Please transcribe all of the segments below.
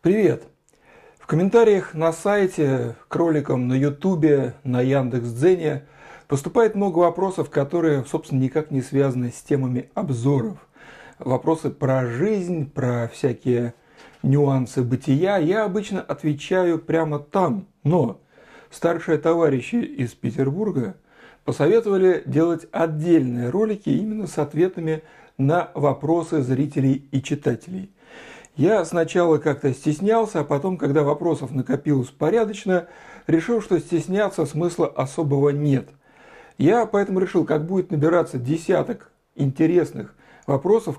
Привет! В комментариях на сайте, к роликам на Ютубе, на Яндекс.Дзене поступает много вопросов, которые, собственно, никак не связаны с темами обзоров. Вопросы про жизнь, про всякие нюансы бытия. Я обычно отвечаю прямо там, но старшие товарищи из Петербурга посоветовали делать отдельные ролики именно с ответами на вопросы зрителей и читателей. Я сначала как-то стеснялся, а потом, когда вопросов накопилось порядочно, решил, что стесняться смысла особого нет. Я поэтому решил, как будет набираться десяток интересных вопросов,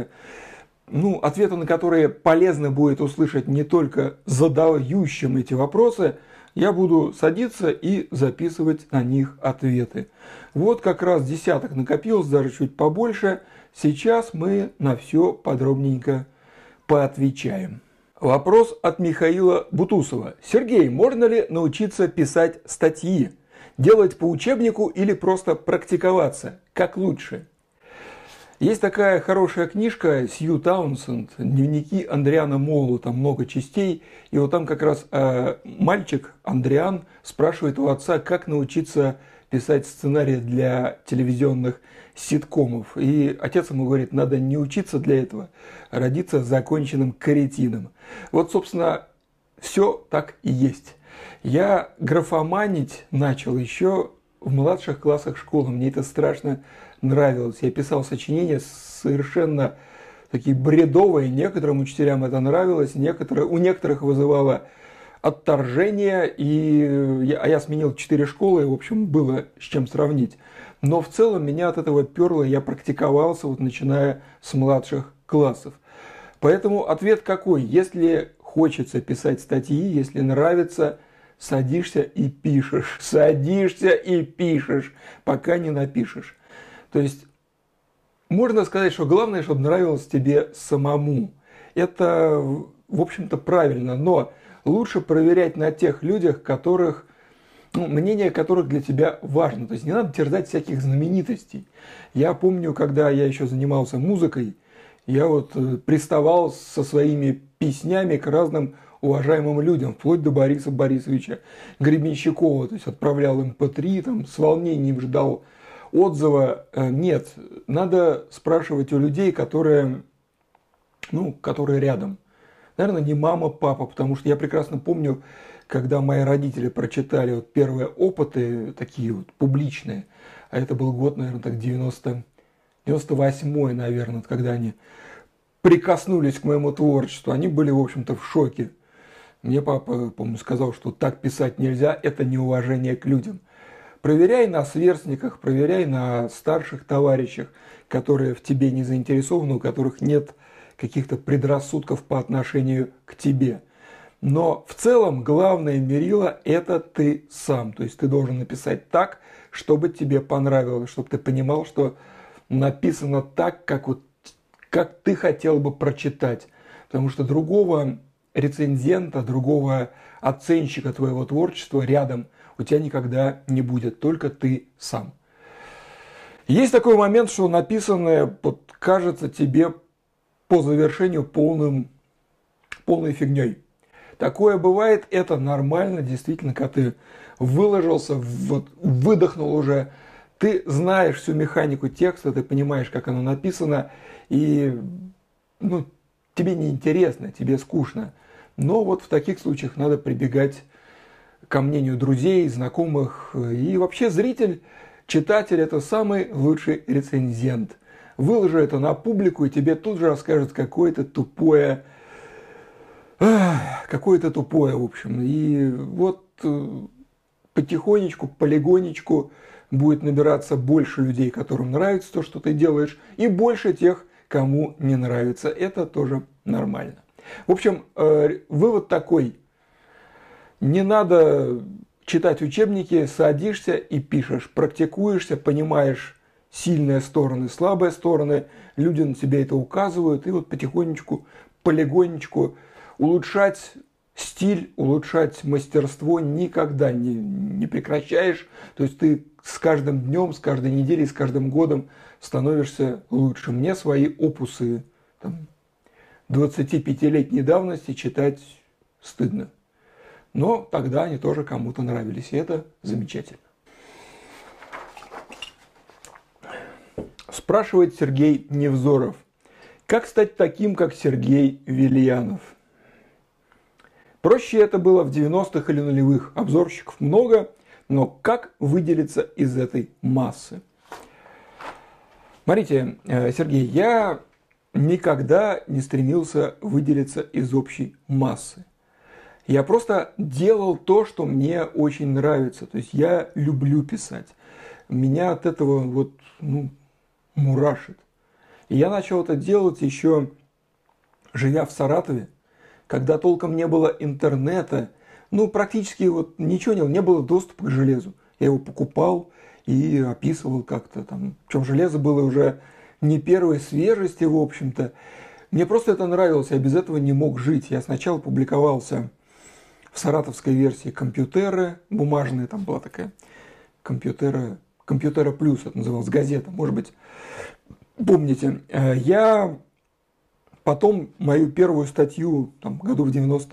ответы на которые полезно будет услышать не только задающим эти вопросы, я буду садиться и записывать на них ответы. Вот как раз десяток накопилось, даже чуть побольше. Сейчас мы на все подробненько поотвечаем. Вопрос от Михаила Бутусова. Сергей, можно ли научиться писать статьи? Делать по учебнику или просто практиковаться? Как лучше? Есть такая хорошая книжка Сью Таунсенд «Дневники Андриана Молу», там много частей. И вот там как раз мальчик Андриан спрашивает у отца, как научиться писать сценарии для телевизионных ситкомов. И отец ему говорит, надо не учиться для этого, а родиться законченным каретином. Вот, собственно, все так и есть. Я графоманить начал еще в младших классах школы. Мне это страшно нравилось. Я писал сочинения совершенно такие бредовые. Некоторым учителям это нравилось, у некоторых вызывало отторжение. Я сменил 4 школы, и, в общем, было с чем сравнить. Но в целом меня от этого перло, я практиковался, начиная с младших классов. Поэтому ответ какой? Если хочется писать статьи, если нравится, садишься и пишешь. Садишься и пишешь, пока не напишешь. То есть можно сказать, что главное, чтобы нравилось тебе самому. Это, в общем-то, правильно, но лучше проверять на тех людях, мнение которых для тебя важно. То есть не надо терзать всяких знаменитостей. Я помню, когда я еще занимался музыкой, я приставал со своими песнями к разным уважаемым людям, вплоть до Бориса Борисовича Гребенщикова. То есть отправлял MP3, с волнением ждал отзыва. Нет, надо спрашивать у людей, которые рядом. Наверное, не мама, папа, потому что я прекрасно помню, когда мои родители прочитали первые опыты, такие публичные, а это был год, наверное, 98-й, наверное, когда они прикоснулись к моему творчеству, они были, в общем-то, в шоке. Мне папа, помню, сказал, что так писать нельзя, это неуважение к людям. Проверяй на сверстниках, проверяй на старших товарищах, которые в тебе не заинтересованы, у которых нет каких-то предрассудков по отношению к тебе. Но в целом главное мерило – это ты сам. То есть ты должен написать так, чтобы тебе понравилось, чтобы ты понимал, что написано так, как ты хотел бы прочитать. Потому что другого рецензента, другого оценщика твоего творчества рядом у тебя никогда не будет, только ты сам. Есть такой момент, что написанное кажется тебе по завершению полной фигней. Такое бывает, это нормально, действительно, когда ты выложился, выдохнул уже, ты знаешь всю механику текста, ты понимаешь, как оно написано, и тебе неинтересно, тебе скучно. Но в таких случаях надо прибегать ко мнению друзей, знакомых. И вообще зритель, читатель – это самый лучший рецензент. Выложи это на публику, и тебе тут же расскажут какое-то тупое, в общем. И потихонечку, полигонечку будет набираться больше людей, которым нравится то, что ты делаешь, и больше тех, кому не нравится. Это тоже нормально. В общем, вывод такой. Не надо читать учебники, садишься и пишешь, практикуешься, понимаешь сильные стороны, слабые стороны, люди на тебя это указывают, и потихонечку, полигонечку улучшать стиль, улучшать мастерство никогда не прекращаешь. То есть ты с каждым днем, с каждой неделей, с каждым годом становишься лучше. Мне свои опусы 25-летней давности читать стыдно. Но тогда они тоже кому-то нравились, и это замечательно. Спрашивает Сергей Невзоров. Как стать таким, как Сергей Вильянов? Проще это было в 90-х или нулевых. Обзорщиков много, но как выделиться из этой массы? Смотрите, Сергей, я никогда не стремился выделиться из общей массы. Я просто делал то, что мне очень нравится. То есть я люблю писать. Меня от этого мурашит. И я начал это делать еще живя в Саратове, когда толком не было интернета, практически ничего не было доступа к железу. Я его покупал и описывал как-то там. Причем железо было уже не первой свежести, в общем-то. Мне просто это нравилось, я без этого не мог жить. Я сначала публиковался в саратовской версии «Компьютеры», бумажная там была такая, «Компьютера плюс», это называлась газета, может быть, помните. Я потом мою первую статью, году в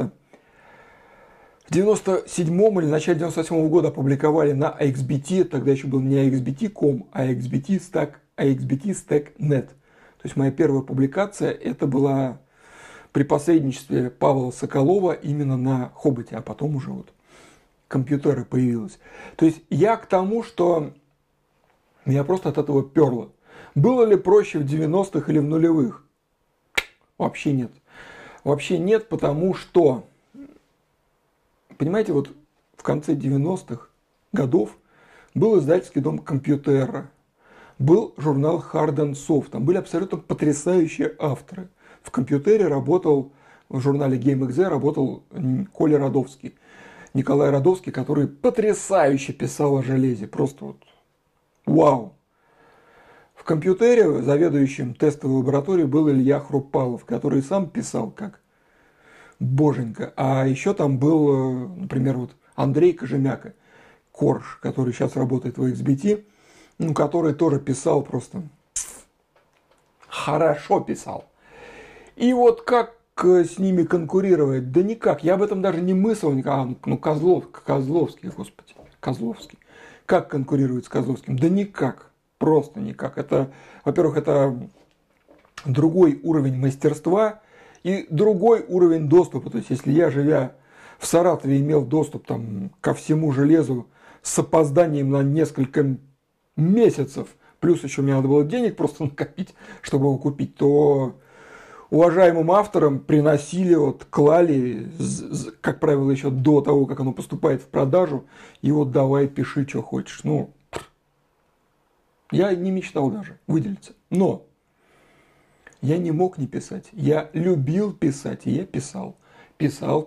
97-м или начале 97-го года опубликовали на AXBT, тогда еще был не AXBT.com, а AXBT.net. То есть моя первая публикация, это была при посредничестве Павла Соколова именно на Хоббите, а потом уже «Компьютеры» появилось. То есть я к тому, что меня просто от этого перло. Было ли проще в 90-х или в нулевых? Вообще нет. Вообще нет, потому что, понимаете, в конце 90-х годов был издательский дом «Компьютера», был журнал Hard and Soft, там были абсолютно потрясающие авторы. В «Компьютере» работал, в журнале GameXZ работал Коля Радовский, Николай Радовский, который потрясающе писал о железе, просто вау. В «Компьютере» заведующим тестовой лабораторией был Илья Хрупалов, который сам писал как боженька. А еще там был, например, Андрей Кожемяка, Корж, который сейчас работает в XBT, который тоже писал просто хорошо писал. И как с ними конкурировать? Да никак. Я об этом даже не мыслил. Козловский, господи. Козловский. Как конкурировать с Козловским? Да никак. Просто никак. Это, во-первых, это другой уровень мастерства и другой уровень доступа. То есть, если я, живя в Саратове, имел доступ ко всему железу с опозданием на несколько месяцев, плюс еще мне надо было денег просто накопить, чтобы его купить, то уважаемым авторам приносили, клали, как правило, еще до того, как оно поступает в продажу, и давай, пиши, что хочешь. Я не мечтал даже выделиться. Но я не мог не писать. Я любил писать, и я писал. Писал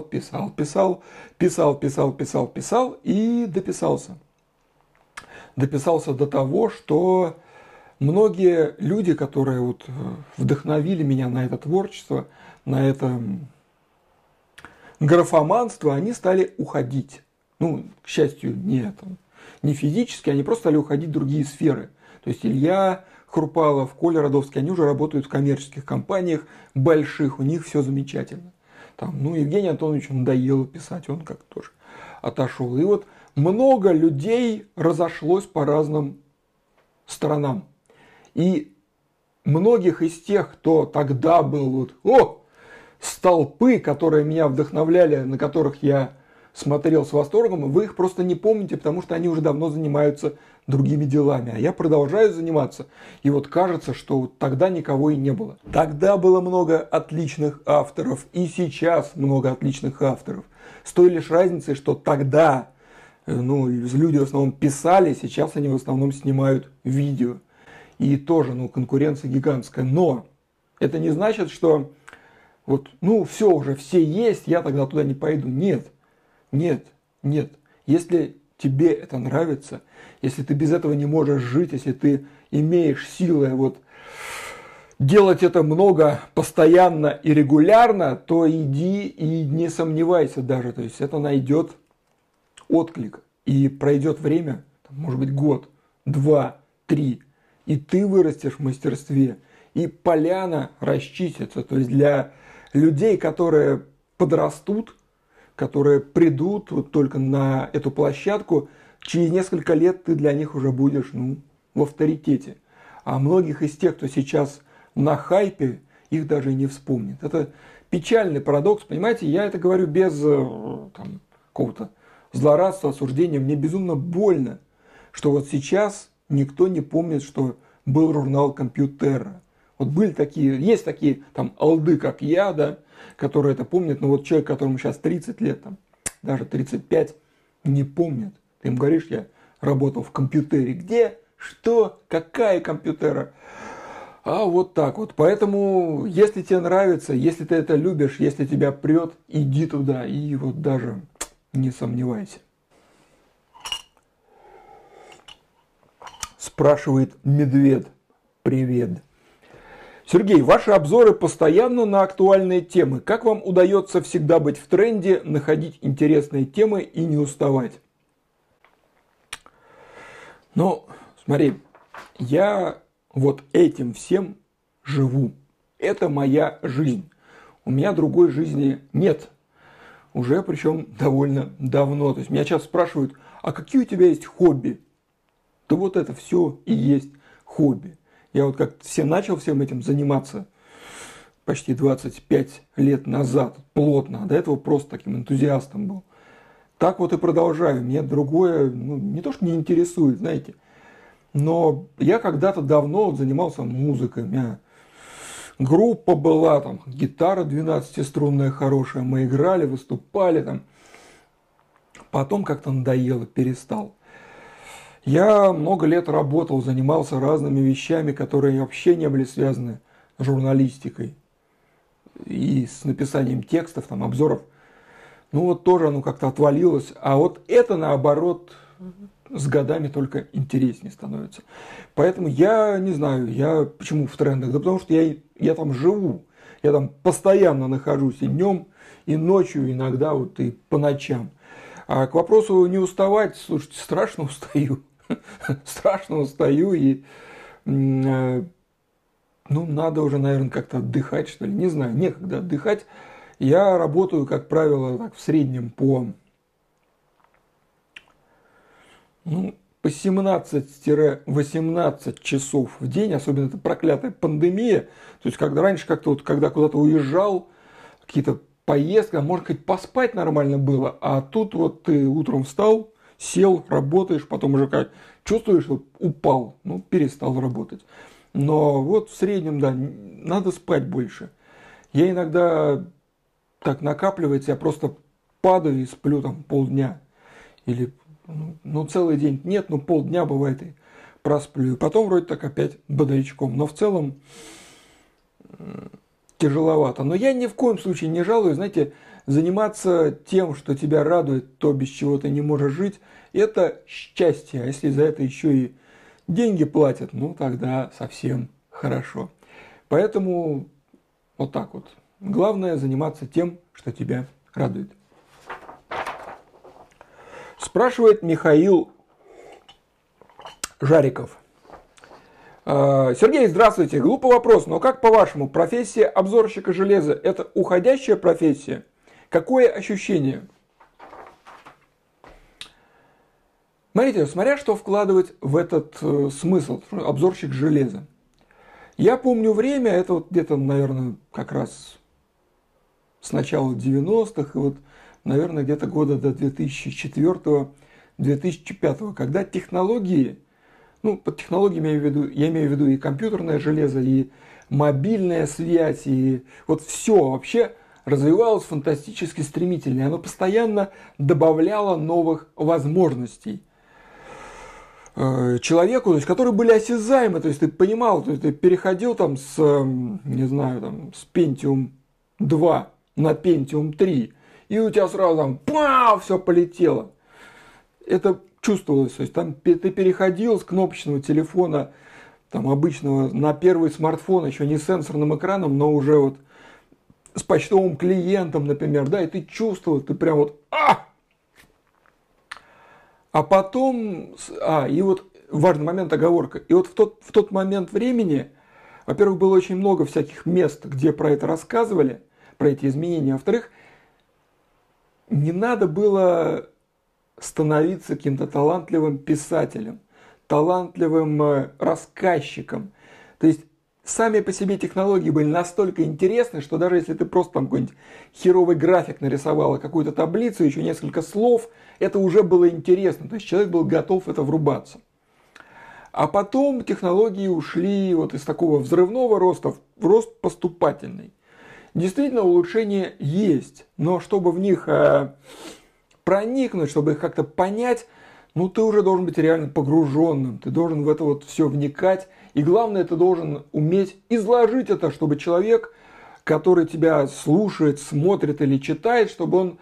и дописался. Дописался до того, что многие люди, которые вдохновили меня на это творчество, на это графоманство, они стали уходить. К счастью, не физически, они просто стали уходить в другие сферы. То есть Илья Хрупалов, Коля Радовский, они уже работают в коммерческих компаниях больших, у них все замечательно. Евгений Антонович надоело писать, он как-то тоже отошел. И много людей разошлось по разным сторонам. И многих из тех, кто тогда был столпы, которые меня вдохновляли, на которых я смотрел с восторгом, вы их просто не помните, потому что они уже давно занимаются другими делами. А я продолжаю заниматься. И кажется, что тогда никого и не было. Тогда было много отличных авторов, и сейчас много отличных авторов. С той лишь разницей, что тогда люди в основном писали, сейчас они в основном снимают видео. И тоже, конкуренция гигантская. Но это не значит, что все уже, все есть, я тогда туда не пойду. Нет. Если тебе это нравится, если ты без этого не можешь жить, если ты имеешь силы делать это много, постоянно и регулярно, то иди и не сомневайся даже. То есть это найдет отклик. И пройдет время, может быть, год, 2, 3, и ты вырастешь в мастерстве, и поляна расчистится. То есть для людей, которые подрастут, которые придут вот только на эту площадку, через несколько лет ты для них уже будешь в авторитете. А многих из тех, кто сейчас на хайпе, их даже и не вспомнит. Это печальный парадокс, понимаете? Я это говорю без какого-то злорадства, осуждения. Мне безумно больно, что вот сейчас никто не помнит, что был журнал «Компьютера». Вот были такие, есть такие там олды, как я, да, которые это помнят, но вот человек, которому сейчас 30 лет, там, даже 35, не помнит. Ты им говоришь, я работал в «Компьютере». Где? Что? Какая «Компьютера»? А вот так вот. Поэтому, если тебе нравится, если ты это любишь, если тебя прет, иди туда и вот даже не сомневайся. Спрашивает Медведь. Привет. Сергей, ваши обзоры постоянно на актуальные темы. Как вам удается всегда быть в тренде, находить интересные темы и не уставать? Ну, смотри, я вот этим всем живу. Это моя жизнь. У меня другой жизни нет. Уже причем довольно давно. То есть меня сейчас спрашивают, а какие у тебя есть хобби? Да вот это все и есть хобби. Я вот как начал всем этим заниматься почти 25 лет назад, плотно, а до этого просто таким энтузиастом был. Так вот и продолжаю. Меня другое, не то что не интересует, знаете, но я когда-то давно занимался музыкой. У меня группа была, там, гитара 12-струнная хорошая, мы играли, выступали там. Потом как-то надоело, перестал. Я много лет работал, занимался разными вещами, которые вообще не были связаны с журналистикой и с написанием текстов, там, обзоров. Ну вот тоже оно как-то отвалилось. А вот это, наоборот, с годами только интереснее становится. Поэтому я не знаю, я почему в трендах. Да потому что я там живу. Я там постоянно нахожусь и днем, и ночью, иногда вот и по ночам. А к вопросу не уставать, слушайте, страшно устаю. Страшно устаю и надо уже, наверное, как-то отдыхать, что ли. Не знаю, некогда отдыхать. Я работаю, как правило, так, в среднем по 17-18 часов в день, особенно это проклятая пандемия. То есть, когда раньше как-то вот, когда куда-то уезжал, какие-то поездки, может хоть поспать нормально было, а тут вот ты утром встал, сел, работаешь, потом уже как чувствуешь, что упал, перестал работать. Но вот в среднем, да, надо спать больше. Я иногда так накапливается, я просто падаю и сплю там полдня. Или, целый день нет, но полдня бывает и просплю. И потом вроде так опять бодрячком. Но в целом тяжеловато. Но я ни в коем случае не жалуюсь, знаете, заниматься тем, что тебя радует, то, без чего ты не можешь жить, это счастье. А если за это еще и деньги платят, тогда совсем хорошо. Поэтому вот так вот. Главное заниматься тем, что тебя радует. Спрашивает Михаил Жариков. Сергей, здравствуйте. Глупый вопрос, но как по-вашему, профессия обзорщика железа – это уходящая профессия? Какое ощущение? Смотрите, смотря что вкладывать в этот смысл, обзорщик железа. Я помню время, это вот где-то, наверное, как раз с начала 90-х, и вот, наверное, где-то года до 2004-2005, когда технологии, под технологиями я имею в виду и компьютерное железо, и мобильная связь, и вот все вообще развивалось фантастически стремительно, и оно постоянно добавляло новых возможностей человеку, то есть, которые были осязаемы, то есть ты понимал, то есть ты переходил там с Pentium 2 на Pentium 3, и у тебя сразу там все полетело. Это чувствовалось, то есть там ты переходил с кнопочного телефона там обычного на первый смартфон, еще не с сенсорным экраном, но уже вот с почтовым клиентом, например, да, и ты чувствовал, ты прям вот А потом, и вот важный момент, оговорка, и вот в тот момент времени Во-первых, было очень много всяких мест, где про это рассказывали, про эти изменения. Во-вторых, не надо было становиться каким-то талантливым писателем, талантливым рассказчиком. То есть сами по себе технологии были настолько интересны, что даже если ты просто там какой-нибудь херовый график нарисовал, какую-то таблицу, еще несколько слов, это уже было интересно. То есть человек был готов в это врубаться. А потом технологии ушли вот из такого взрывного роста в рост поступательный. Действительно, улучшения есть, но чтобы в них проникнуть, чтобы их как-то понять, ну ты уже должен быть реально погруженным, ты должен в это вот все вникать. И главное, ты должен уметь изложить это, чтобы человек, который тебя слушает, смотрит или читает, чтобы он,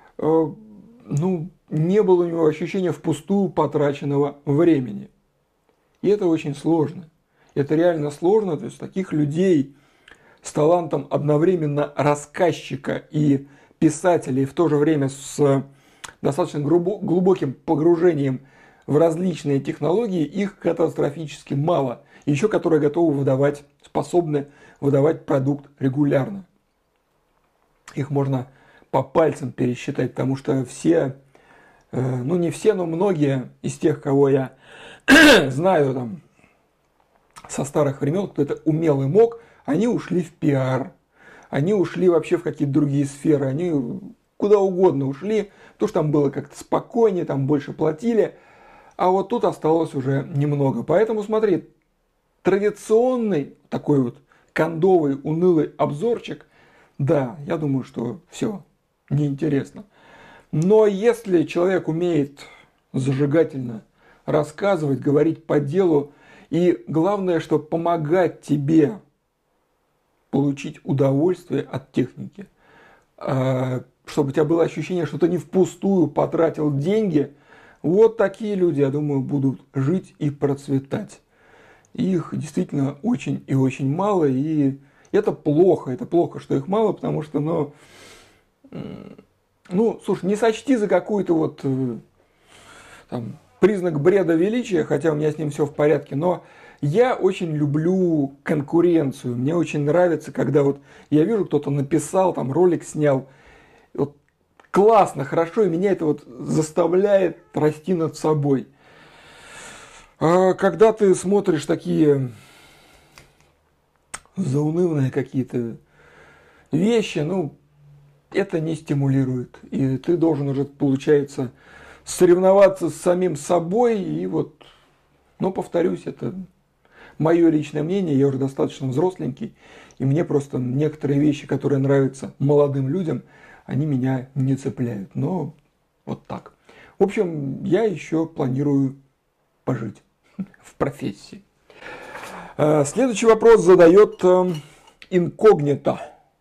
не было у него ощущения впустую потраченного времени. И это очень сложно. Это реально сложно. То есть таких людей с талантом одновременно рассказчика и писателя, и в то же время с достаточно глубоким погружением в различные технологии, их катастрофически мало. Еще которые готовы способны выдавать продукт регулярно. Их можно по пальцам пересчитать, потому что все, не все, но многие из тех, кого я знаю там со старых времен, кто это умел и мог, они ушли в пиар, они ушли вообще в какие-то другие сферы, они куда угодно ушли, потому что там было как-то спокойнее, там больше платили, а вот тут осталось уже немного. Поэтому смотри, традиционный такой вот кондовый, унылый обзорчик, да, я думаю, что все, неинтересно. Но если человек умеет зажигательно рассказывать, говорить по делу, и главное, что помогать тебе получить удовольствие от техники, чтобы у тебя было ощущение, что ты не впустую потратил деньги, вот такие люди, я думаю, будут жить и процветать. Их действительно очень и очень мало, и это плохо, что их мало, потому что, слушай, не сочти за какую-то вот там признак бреда величия, хотя у меня с ним все в порядке, но я очень люблю конкуренцию. Мне очень нравится, когда вот я вижу, кто-то написал, там ролик снял, вот классно, хорошо, и меня это вот заставляет расти над собой. А когда ты смотришь такие заунывные какие-то вещи, это не стимулирует. И ты должен уже, получается, соревноваться с самим собой. И вот, повторюсь, это мое личное мнение, я уже достаточно взросленький. И мне просто некоторые вещи, которые нравятся молодым людям, они меня не цепляют. Но вот так. В общем, я еще планирую пожить в профессии. Следующий вопрос задает инкогнито.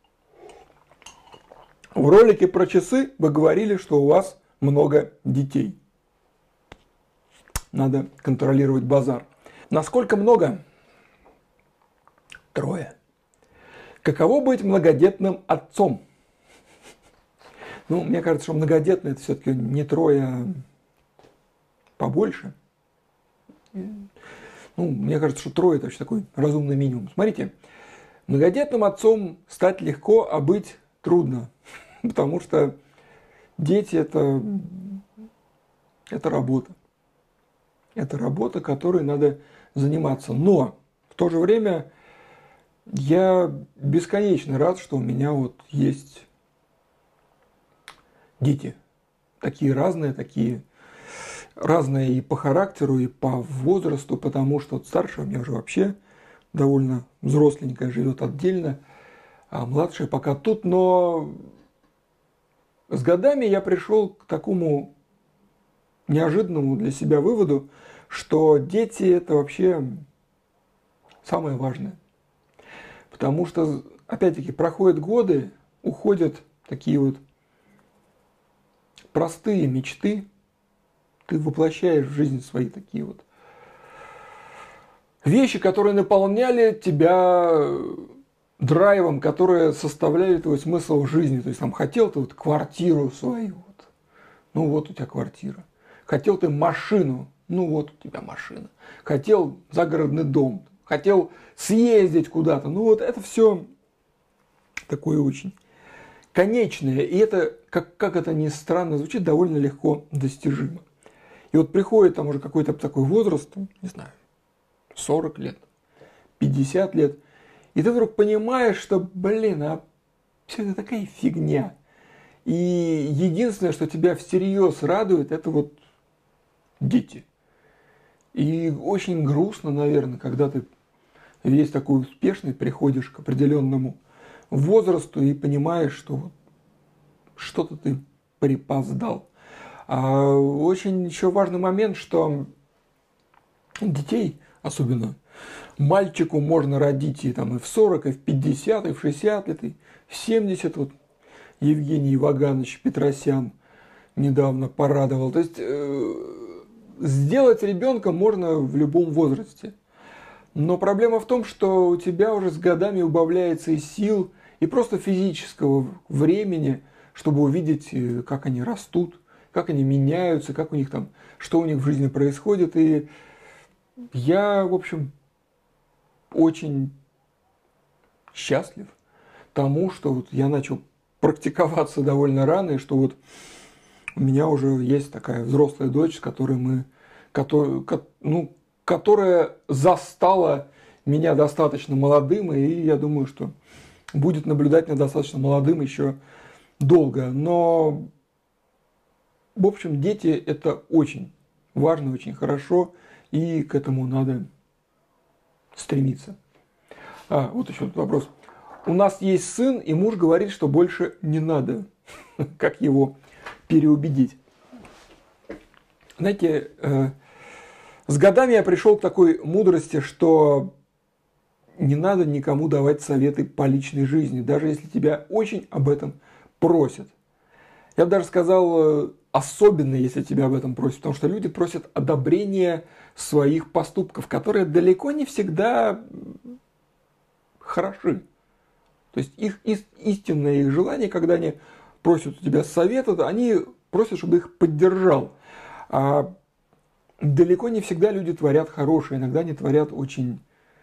В ролике про часы вы говорили, что у вас много детей. Надо контролировать базар. Насколько много? 3. Каково быть многодетным отцом? Мне кажется, что многодетный это все-таки не 3, а побольше. Мне кажется, что 3 это вообще такой разумный минимум. Смотрите, многодетным отцом стать легко, а быть трудно. Потому что дети это работа. Это работа, которой надо заниматься. Но в то же время я бесконечно рад, что у меня вот есть дети. Такие разные и по характеру, и по возрасту, потому что старшая у меня уже вообще довольно взросленькая, живет отдельно, а младшая пока тут. Но с годами я пришел к такому неожиданному для себя выводу, что дети это вообще самое важное. Потому что, опять-таки, проходят годы, уходят такие вот простые мечты, ты воплощаешь в жизнь свои такие вот вещи, которые наполняли тебя драйвом, которые составляли твой смысл жизни. То есть там хотел ты вот квартиру свою, вот у тебя квартира. Хотел ты машину, вот у тебя машина. Хотел загородный дом, хотел съездить куда-то. Ну вот это все такое очень конечное. И это, как это ни странно звучит, довольно легко достижимо. И вот приходит там уже какой-то такой возраст, не знаю, 40 лет, 50 лет, и ты вдруг понимаешь, что, блин, а все это такая фигня. И единственное, что тебя всерьез радует, это вот дети. И очень грустно, наверное, когда ты весь такой успешный приходишь к определенному возрасту и понимаешь, что вот что-то ты припоздал. А очень еще важный момент, что детей, особенно мальчику, можно родить и, там, и в 40, и в 50, и в 60 лет, и в 70. Вот Евгений Ваганович Петросян недавно порадовал. То есть сделать ребенка можно в любом возрасте. Но проблема в том, что у тебя уже с годами убавляется и сил, и просто физического времени, чтобы увидеть, как они растут, как они меняются, как у них там, что у них в жизни происходит. И я, в общем, очень счастлив тому, что вот я начал практиковаться довольно рано, и что вот у меня уже есть такая взрослая дочь, с которой которая застала меня достаточно молодым, и я думаю, что будет наблюдать меня достаточно молодым еще долго. Но, в общем, дети – это очень важно, очень хорошо, и к этому надо стремиться. Вот еще тут вопрос. У нас есть сын, и муж говорит, что больше не надо. Как его переубедить? Знаете, с годами я пришел к такой мудрости, что не надо никому давать советы по личной жизни, даже если тебя очень об этом просят. Я бы даже сказал, особенно если тебя об этом просят, потому что люди просят одобрения своих поступков, которые далеко не всегда хороши. То есть их истинное их желание, когда они просят у тебя совета, они просят, чтобы их поддержал. А далеко не всегда люди творят хорошее, иногда они творят очень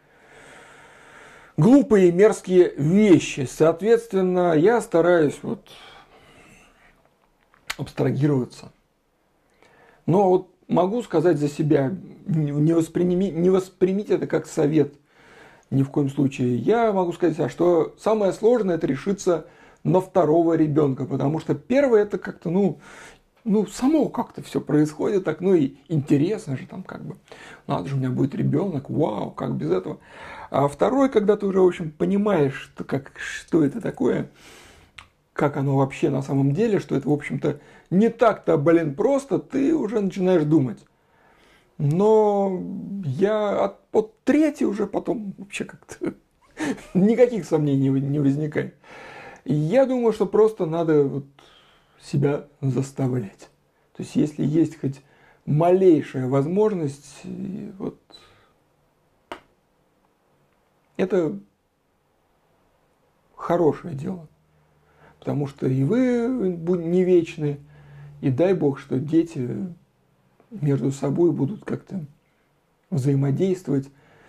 глупые и мерзкие вещи. Соответственно, я стараюсь вот абстрагироваться. Но вот могу сказать за себя, не воспримите это как совет. Ни в коем случае. Я могу сказать, что самое сложное – это решиться на второго ребенка, потому что первый – это как-то, само как-то все происходит, так, и интересно же там как бы. Надо же, у меня будет ребенок, вау, как без этого. А второй, когда ты уже, в общем, понимаешь, что это такое, как оно вообще на самом деле, что это, в общем-то, не так-то, просто, ты уже начинаешь думать. Но я от третьей уже потом вообще как-то никаких сомнений не возникает. И я думаю, что просто надо вот себя заставлять. То есть, если есть хоть малейшая возможность, вот это хорошее дело. Потому что и вы не вечны, и дай Бог, что дети между собой будут как-то взаимодействовать.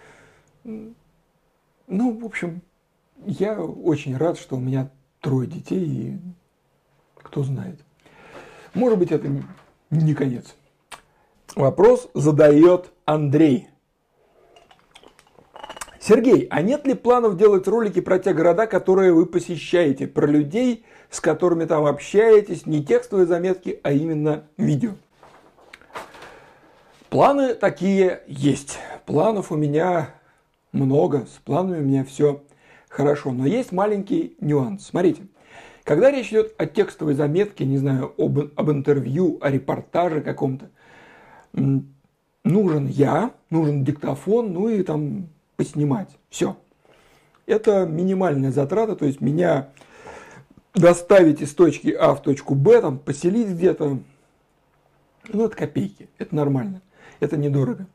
В общем, я очень рад, что у меня 3 детей, и кто знает. Может быть, это не конец. Вопрос задает Андрей. Сергей, а нет ли планов делать ролики про те города, которые вы посещаете, про людей, с которыми там общаетесь, не текстовые заметки, а именно видео? Планы такие есть. Планов у меня много, с планами у меня все хорошо. Но есть маленький нюанс. Смотрите, когда речь идет о текстовой заметке, не знаю, об интервью, о репортаже каком-то, нужен диктофон, и там поснимать. Все. Это минимальная затрата, то есть меня доставить из точки А в точку Б, там, поселить где-то, это копейки, это нормально. Это недорого.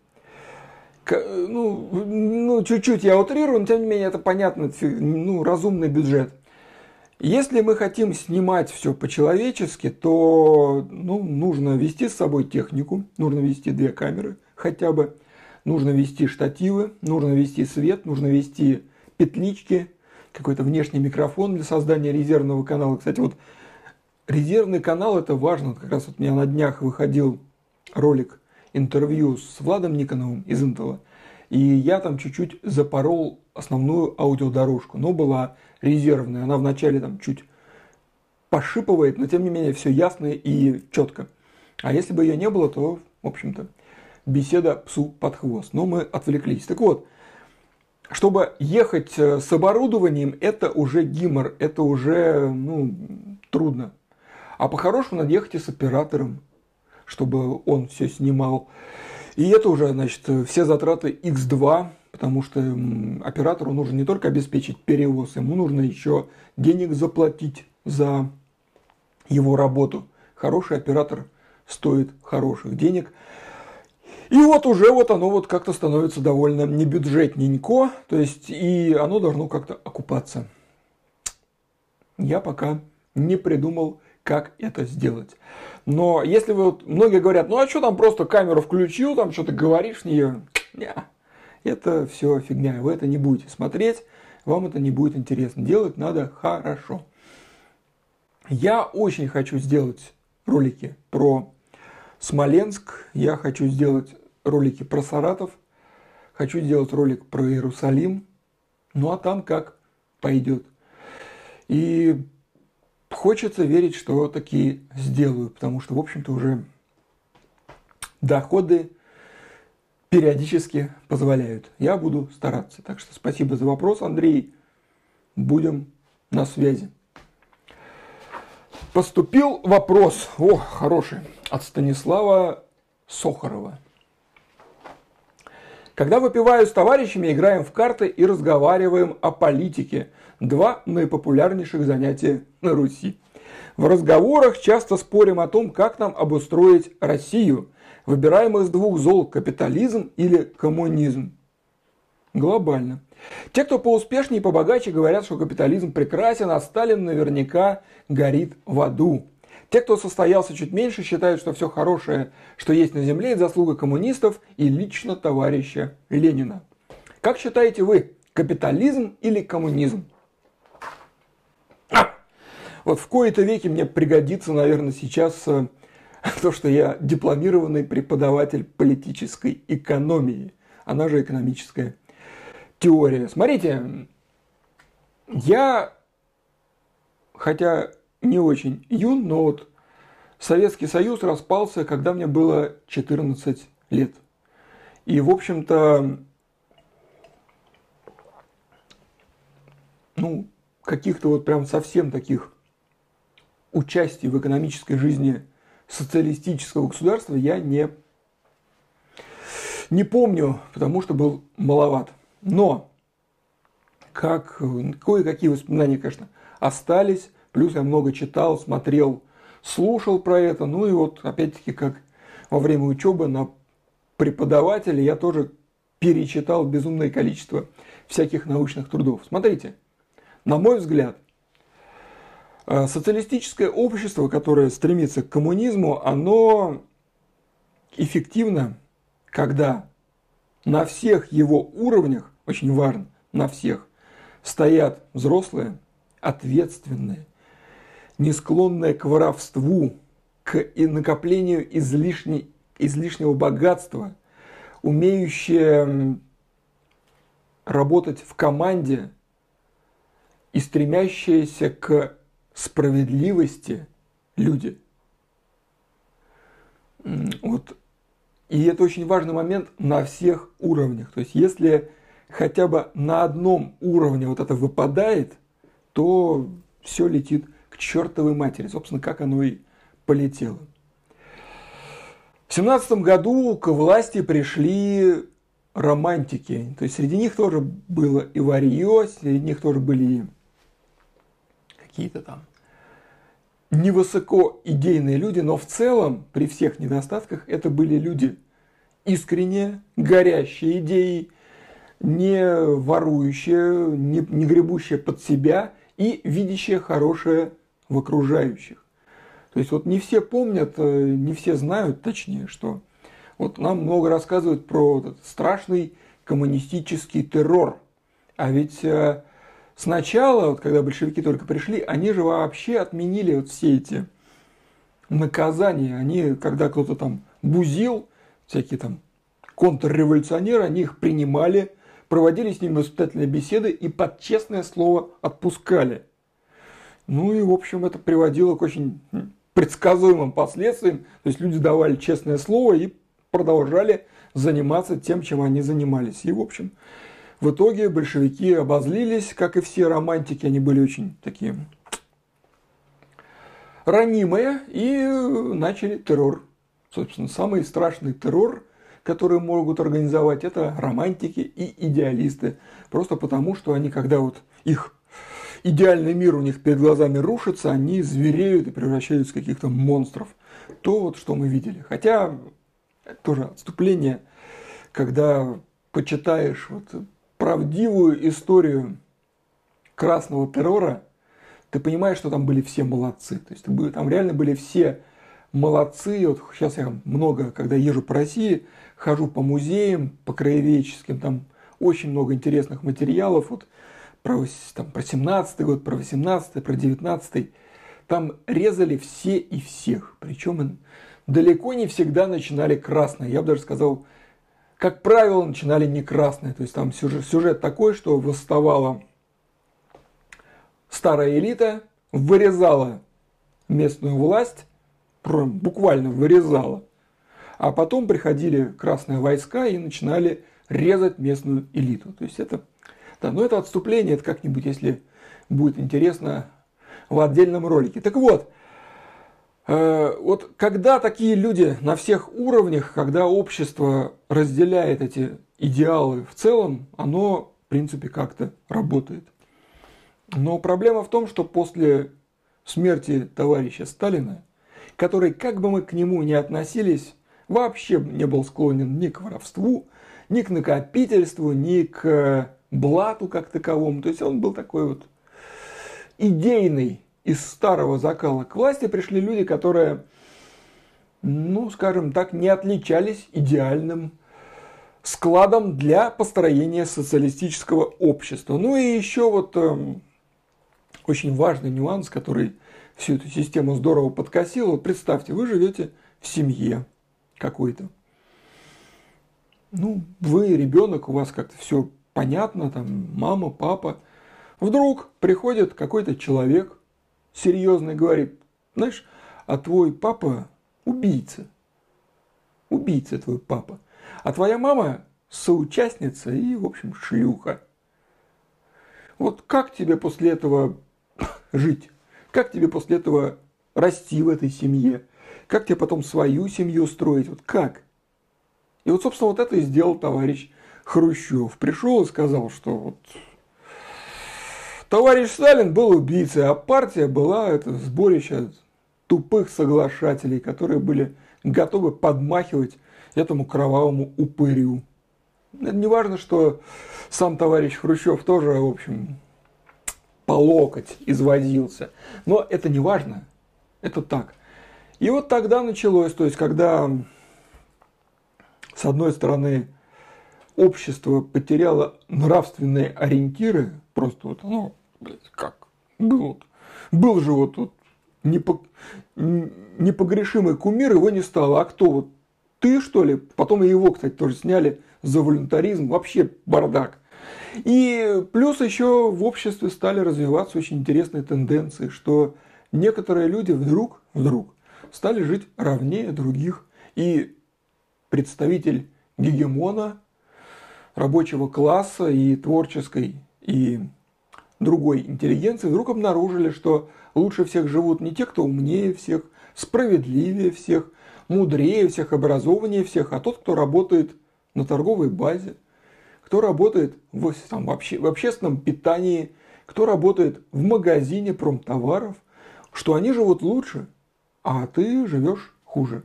Чуть-чуть я утрирую, но тем не менее это понятно, разумный бюджет. Если мы хотим снимать все по-человечески, то нужно вести с собой технику, нужно вести 2 камеры хотя бы. нужно вести штативы, нужно вести свет, нужно вести петлички, какой-то внешний микрофон для создания резервного канала. Кстати, вот резервный канал — это важно. Как раз вот у меня на днях выходил ролик, интервью с Владом Никоновым из Intel, и я там чуть-чуть запорол основную аудиодорожку, но была резервная. Она вначале там чуть пошипывает, но тем не менее все ясно и четко. А если бы ее не было, то, в общем-то, беседа псу под хвост. Но мы отвлеклись. Так вот, чтобы ехать с оборудованием, это уже гемор, это уже трудно. А по-хорошему надо ехать и с оператором, чтобы он все снимал. И это уже, значит, все затраты x2, потому что оператору нужно не только обеспечить перевоз, ему нужно еще денег заплатить за его работу. Хороший оператор стоит хороших денег. И вот уже вот оно вот как-то становится довольно небюджетненько, то есть и оно должно как-то окупаться. Я пока не придумал, как это сделать. Но если вы, вот, многие говорят, ну а что там, просто камеру включил, там что-то говоришь в нее. Это все фигня, вы это не будете смотреть, вам это не будет интересно. Делать надо хорошо. Я очень хочу сделать ролики про Смоленск, я хочу сделать ролики про Саратов, хочу сделать ролик про Иерусалим, ну а там как пойдет. И хочется верить, что такие сделаю, потому что, в общем-то, уже доходы периодически позволяют. Я буду стараться. Так что спасибо за вопрос, Андрей. Будем на связи. Поступил вопрос, хороший, от Станислава Сохарова. Когда выпиваю с товарищами, играем в карты и разговариваем о политике. Два наипопулярнейших занятия на Руси. В разговорах часто спорим о том, как нам обустроить Россию. Выбираем из двух зол: капитализм или коммунизм. Глобально. Те, кто поуспешнее и побогаче, говорят, что капитализм прекрасен, а Сталин наверняка горит в аду. Те, кто состоялся чуть меньше, считают, что все хорошее, что есть на земле, это заслуга коммунистов и лично товарища Ленина. Как считаете вы, капитализм или коммунизм? Вот в кои-то веки мне пригодится, наверное, сейчас то, что я дипломированный преподаватель политической экономии, она же экономическая теория. Смотрите, я, хотя не очень юн, но вот Советский Союз распался, когда мне было 14 лет. И, в общем-то, каких-то вот прям совсем таких участий в экономической жизни социалистического государства я не помню, потому что был маловат. Но кое-какие воспоминания, конечно, остались. Плюс я много читал, смотрел, слушал про это. Ну и вот, опять-таки, как во время учебы на преподавателя, я тоже перечитал безумное количество всяких научных трудов. Смотрите, на мой взгляд, социалистическое общество, которое стремится к коммунизму, оно эффективно, когда на всех его уровнях, очень важно, на всех, стоят взрослые, ответственные, не склонные к воровству, к накоплению излишнего богатства, умеющие работать в команде и стремящиеся к справедливости люди. Вот. И это очень важный момент на всех уровнях. То есть, если хотя бы на одном уровне вот это выпадает, то все летит к чертовой матери. Собственно, как оно и полетело. В 17 году к власти пришли романтики. То есть, среди них тоже было и варьё, среди них тоже были и какие-то там невысоко идейные люди, но в целом, при всех недостатках, это были люди искренние, горящие идеей, не ворующие, не гребущие под себя и видящие хорошее в окружающих. То есть вот не все помнят, не все знают, точнее, что Вот нам много рассказывают про этот страшный коммунистический террор. А ведь сначала, вот, когда большевики только пришли, они же вообще отменили вот все эти наказания. Они, когда кто-то там бузил, всякие там контрреволюционеры, они их принимали, проводили с ними воспитательные беседы и под честное слово отпускали. Ну и, в общем, это приводило к очень предсказуемым последствиям. То есть люди давали честное слово и продолжали заниматься тем, чем они занимались. И, в общем, в итоге большевики обозлились, как и все романтики. Они были очень такие ранимые и начали террор. Собственно, самый страшный террор, который могут организовать, это романтики и идеалисты. Просто потому, что они, когда вот их идеальный мир у них перед глазами рушится, они звереют и превращаются в каких-то монстров. То вот, что мы видели. Хотя, тоже отступление, когда почитаешь вот правдивую историю красного террора, ты понимаешь, что там были все молодцы. То есть там реально были все молодцы. Вот сейчас я много, когда езжу по России, хожу по музеям, по краеведческим, там очень много интересных материалов. Вот про 17-й год, про 18-й, про 19-й. Там резали все и всех. Причем далеко не всегда начинали красные. Я бы даже сказал, как правило, начинали не красные. То есть там сюжет такой, что восставала старая элита, вырезала местную власть, буквально вырезала. А потом приходили красные войска и начинали резать местную элиту. То есть это, да, но это отступление, это как-нибудь, если будет интересно, в отдельном ролике. Так вот, вот когда такие люди на всех уровнях, когда общество разделяет эти идеалы в целом, оно, в принципе, как-то работает. Но проблема в том, что после смерти товарища Сталина, который, как бы мы к нему ни относились, вообще не был склонен ни к воровству, ни к накопительству, ни к блату как таковому. То есть он был такой вот идейный. Из старого закала к власти пришли люди, которые, ну, скажем так, не отличались идеальным складом для построения социалистического общества. Ну и еще вот очень важный нюанс, который всю эту систему здорово подкосил. Вот представьте, вы живете в семье какой-то. Ну, вы ребенок, у вас как-то все понятно, там мама, папа. Вдруг приходит какой-то человек серьезный, говорит: знаешь, а твой папа убийца. Убийца твой папа. А твоя мама соучастница и, в общем, шлюха. Вот как тебе после этого жить? Как тебе после этого расти в этой семье? Как тебе потом свою семью строить? Вот как? И вот, собственно, вот это и сделал товарищ Хрущев. Пришел и сказал, что вот товарищ Сталин был убийцей, а партия была это сборище тупых соглашателей, которые были готовы подмахивать этому кровавому упырю. Это не важно, что сам товарищ Хрущев тоже, в общем, по локоть извозился. Но это не важно. Это так. И вот тогда началось, то есть когда, с одной стороны, общество потеряло нравственные ориентиры, просто вот, ну, как, был же вот тут непогрешимый кумир, его не стало. А кто вот? Ты, что ли? Потом и его, кстати, тоже сняли за волюнтаризм. Вообще бардак. И плюс еще в обществе стали развиваться очень интересные тенденции, что некоторые люди вдруг стали жить равнее других. И представитель гегемона, рабочего класса и творческой, и другой интеллигенции вдруг обнаружили, что лучше всех живут не те, кто умнее всех, справедливее всех, мудрее всех, образованнее всех, а тот, кто работает на торговой базе, кто работает в общественном питании, кто работает в магазине промтоваров, что они живут лучше, а ты живешь хуже.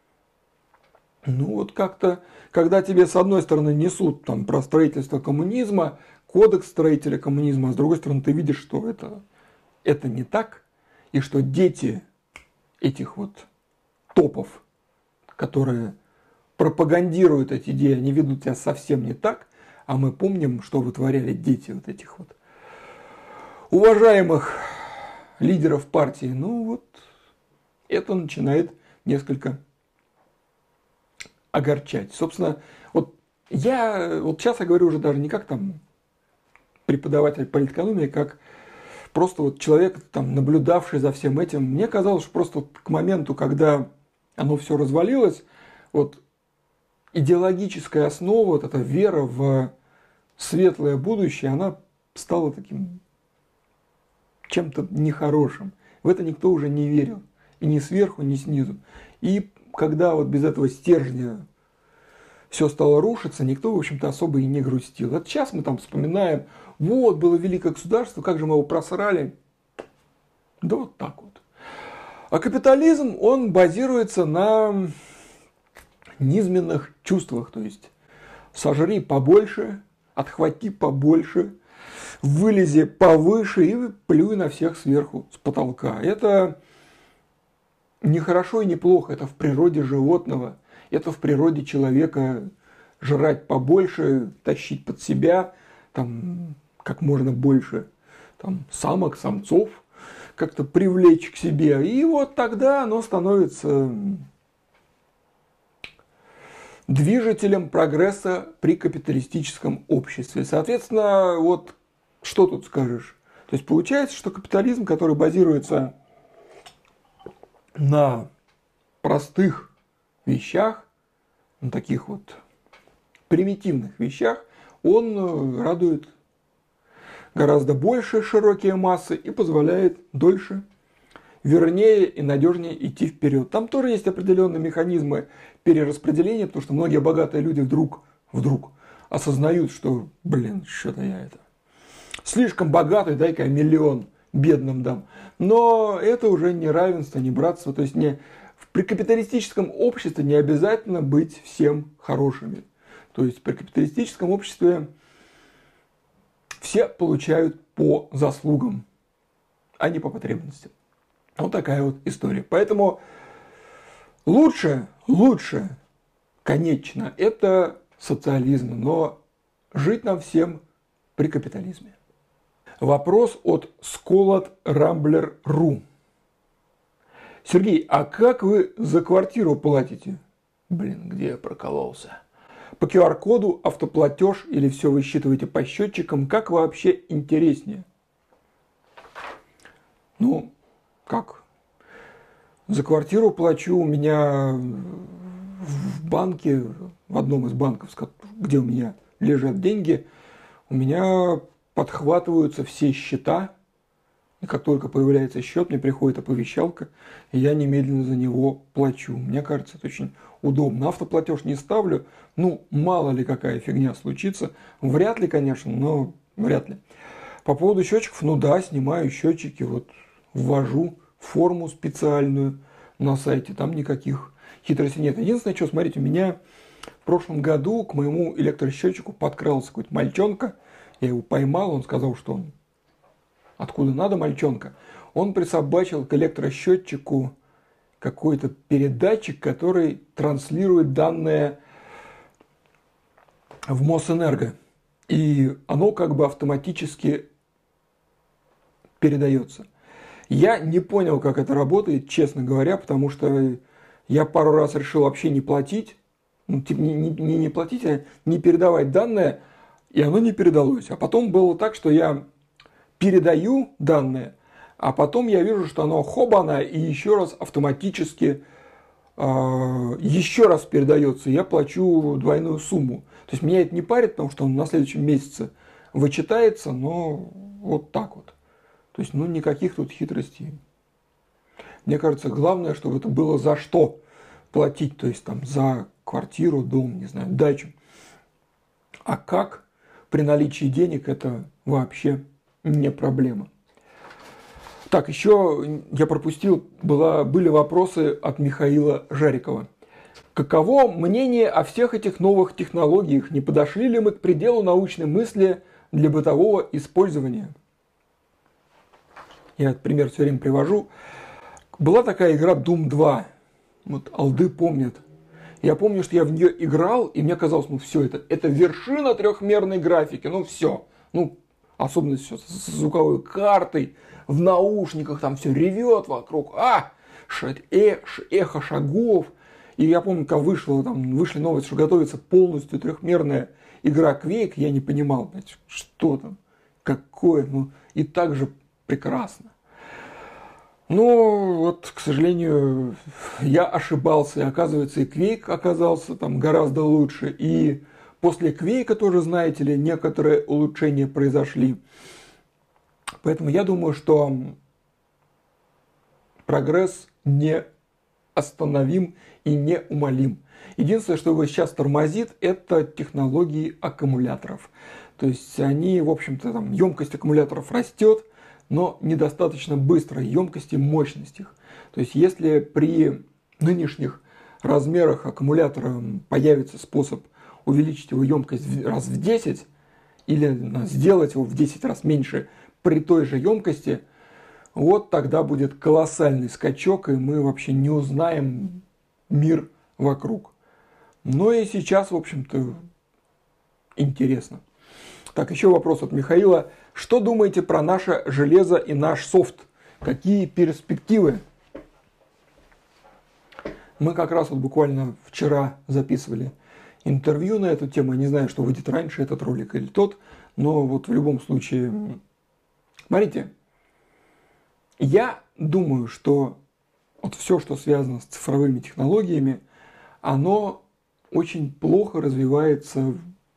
Ну вот как-то, когда тебе с одной стороны несут там про строительство коммунизма, кодекс строителя коммунизма, а с другой стороны ты видишь, что это не так, и что дети этих вот топов, которые пропагандируют эти идеи, они ведут себя совсем не так, а мы помним, что вытворяли дети вот этих вот уважаемых лидеров партии. Ну вот, это начинает несколько огорчать. Собственно, вот сейчас я говорю уже даже не как там преподаватель политэкономии, как просто вот человек, там, наблюдавший за всем этим. Мне казалось, что просто вот к моменту, когда оно все развалилось, вот идеологическая основа, вот эта вера в светлое будущее, она стала таким чем-то нехорошим. В это никто уже не верил. И ни сверху, ни снизу. И когда вот без этого стержня все стало рушиться, никто, в общем-то, особо и не грустил. Вот сейчас мы там вспоминаем, вот, было великое государство, как же мы его просрали. Да вот так вот. А капитализм, он базируется на низменных чувствах. То есть, сожри побольше, отхвати побольше, вылези повыше и плюй на всех сверху с потолка. Это не хорошо и не плохо, это в природе животного, это в природе человека жрать побольше, тащить под себя там, как можно больше там, самок, самцов, как-то привлечь к себе. И вот тогда оно становится движителем прогресса при капиталистическом обществе. Соответственно, вот что тут скажешь? То есть получается, что капитализм, который базируется на простых вещах, на таких вот примитивных вещах, он радует гораздо больше широкие массы и позволяет дольше, вернее и надежнее идти вперед. Там тоже есть определенные механизмы перераспределения, потому что многие богатые люди вдруг осознают, что, что-то я это слишком богатый, дай-ка я миллион бедным дам. Но это уже не равенство, не братство. То есть при капиталистическом обществе не обязательно быть всем хорошими. То есть при капиталистическом обществе все получают по заслугам, а не по потребностям. Вот такая вот история. Поэтому лучше, конечно, это социализм, но жить нам всем при капитализме. Вопрос от Сколот.Рамблер.ру. Сергей, а как вы за квартиру платите? Где я прокололся? По QR-коду, автоплатеж или все вы считываете по счетчикам? Как вообще интереснее? Ну, как? За квартиру плачу у меня в банке, в одном из банков, где у меня лежат деньги, у меня подхватываются все счета, и как только появляется счет, мне приходит оповещалка, и я немедленно за него плачу. Мне кажется, это очень удобно. Автоплатеж не ставлю, мало ли какая фигня случится. Вряд ли, конечно, но вряд ли. По поводу счетчиков, снимаю счетчики, ввожу форму специальную на сайте, там никаких хитростей нет. Единственное, что, смотрите, у меня в прошлом году к моему электросчетчику подкрался какой-то мальчонка, я его поймал, он сказал, что он откуда надо мальчонка. Он присобачил к электросчетчику какой-то передатчик, который транслирует данные в Мосэнерго. И оно автоматически передается. Я не понял, как это работает, честно говоря, потому что я пару раз решил вообще не платить. Не платить, а не передавать данные, и оно не передалось. А потом было так, что я передаю данные, а потом я вижу, что оно хобана и еще раз автоматически еще раз передается. Я плачу двойную сумму. То есть меня это не парит, потому что он на следующем месяце вычитается, но вот так вот. То есть никаких тут хитростей. Мне кажется, главное, чтобы это было за что платить. То есть там за квартиру, дом, не знаю, дачу. А как при наличии денег это вообще не проблема. Так, еще я пропустил, были вопросы от Михаила Жарикова. Каково мнение о всех этих новых технологиях? Не подошли ли мы к пределу научной мысли для бытового использования? Я этот пример все время привожу. Была такая игра Doom 2. Алды помнят. Я помню, что я в нее играл, и мне казалось, ну все, это вершина трехмерной графики, ну все. Ну, особенно все с звуковой картой, в наушниках там все ревет вокруг, эхо шагов. И я помню, когда вышли новости, что готовится полностью трехмерная игра Quake, я не понимал, что там, какое, ну и так же прекрасно. Но вот, к сожалению, я ошибался, и оказывается, и Quake оказался там гораздо лучше, и после Quake тоже, знаете ли, некоторые улучшения произошли. Поэтому я думаю, что прогресс неостановим и неумолим. Единственное, что его сейчас тормозит, это технологии аккумуляторов. То есть они, в общем-то, там емкость аккумуляторов растет, но недостаточно быстро, емкости, мощность их. То есть если при нынешних размерах аккумулятора появится способ увеличить его емкость раз в 10 или сделать его в 10 раз меньше при той же емкости, вот тогда будет колоссальный скачок, и мы вообще не узнаем мир вокруг. Но и сейчас, в общем-то, интересно. Так, еще вопрос от Михаила. Что думаете про наше железо и наш софт? Какие перспективы? Мы как раз вот буквально вчера записывали интервью на эту тему. Я не знаю, что выйдет раньше, этот ролик или тот. Но вот в любом случае, смотрите, я думаю, что вот все, что связано с цифровыми технологиями, оно очень плохо развивается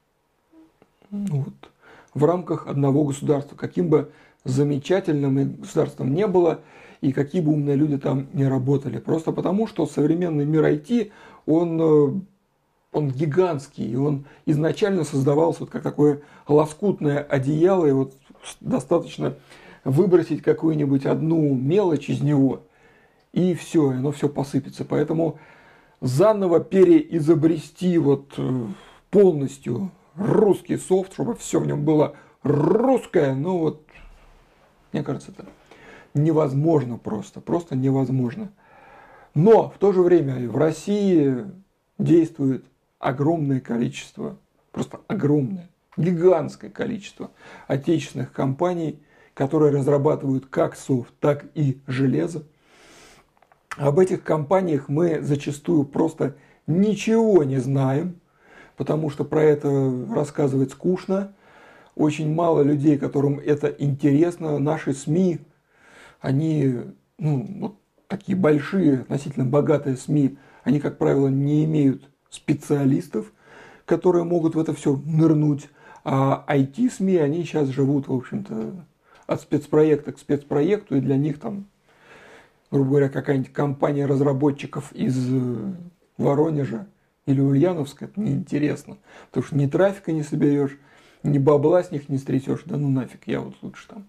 в рамках одного государства. Каким бы замечательным государством не было, и какие бы умные люди там не работали. Просто потому, что современный мир IT, он гигантский, и он изначально создавался вот как такое лоскутное одеяло, и вот достаточно выбросить какую-нибудь одну мелочь из него, и все, оно все посыпется. Поэтому заново переизобрести вот полностью русский софт, чтобы все в нем было русское, ну вот, мне кажется, это невозможно просто невозможно. Но в то же время в России действует огромное количество, просто огромное, гигантское количество отечественных компаний, которые разрабатывают как софт, так и железо. Об этих компаниях мы зачастую просто ничего не знаем, потому что про это рассказывать скучно. Очень мало людей, которым это интересно. Наши СМИ, они, вот такие большие, относительно богатые СМИ, они, как правило, не имеют специалистов, которые могут в это все нырнуть. А IT-СМИ, они сейчас живут, в общем-то, от спецпроекта к спецпроекту, и для них там, грубо говоря, какая-нибудь компания разработчиков из Воронежа или Ульяновска, это неинтересно. Потому что ни трафика не соберешь, ни бабла с них не стрясешь. Да ну нафиг, я вот лучше там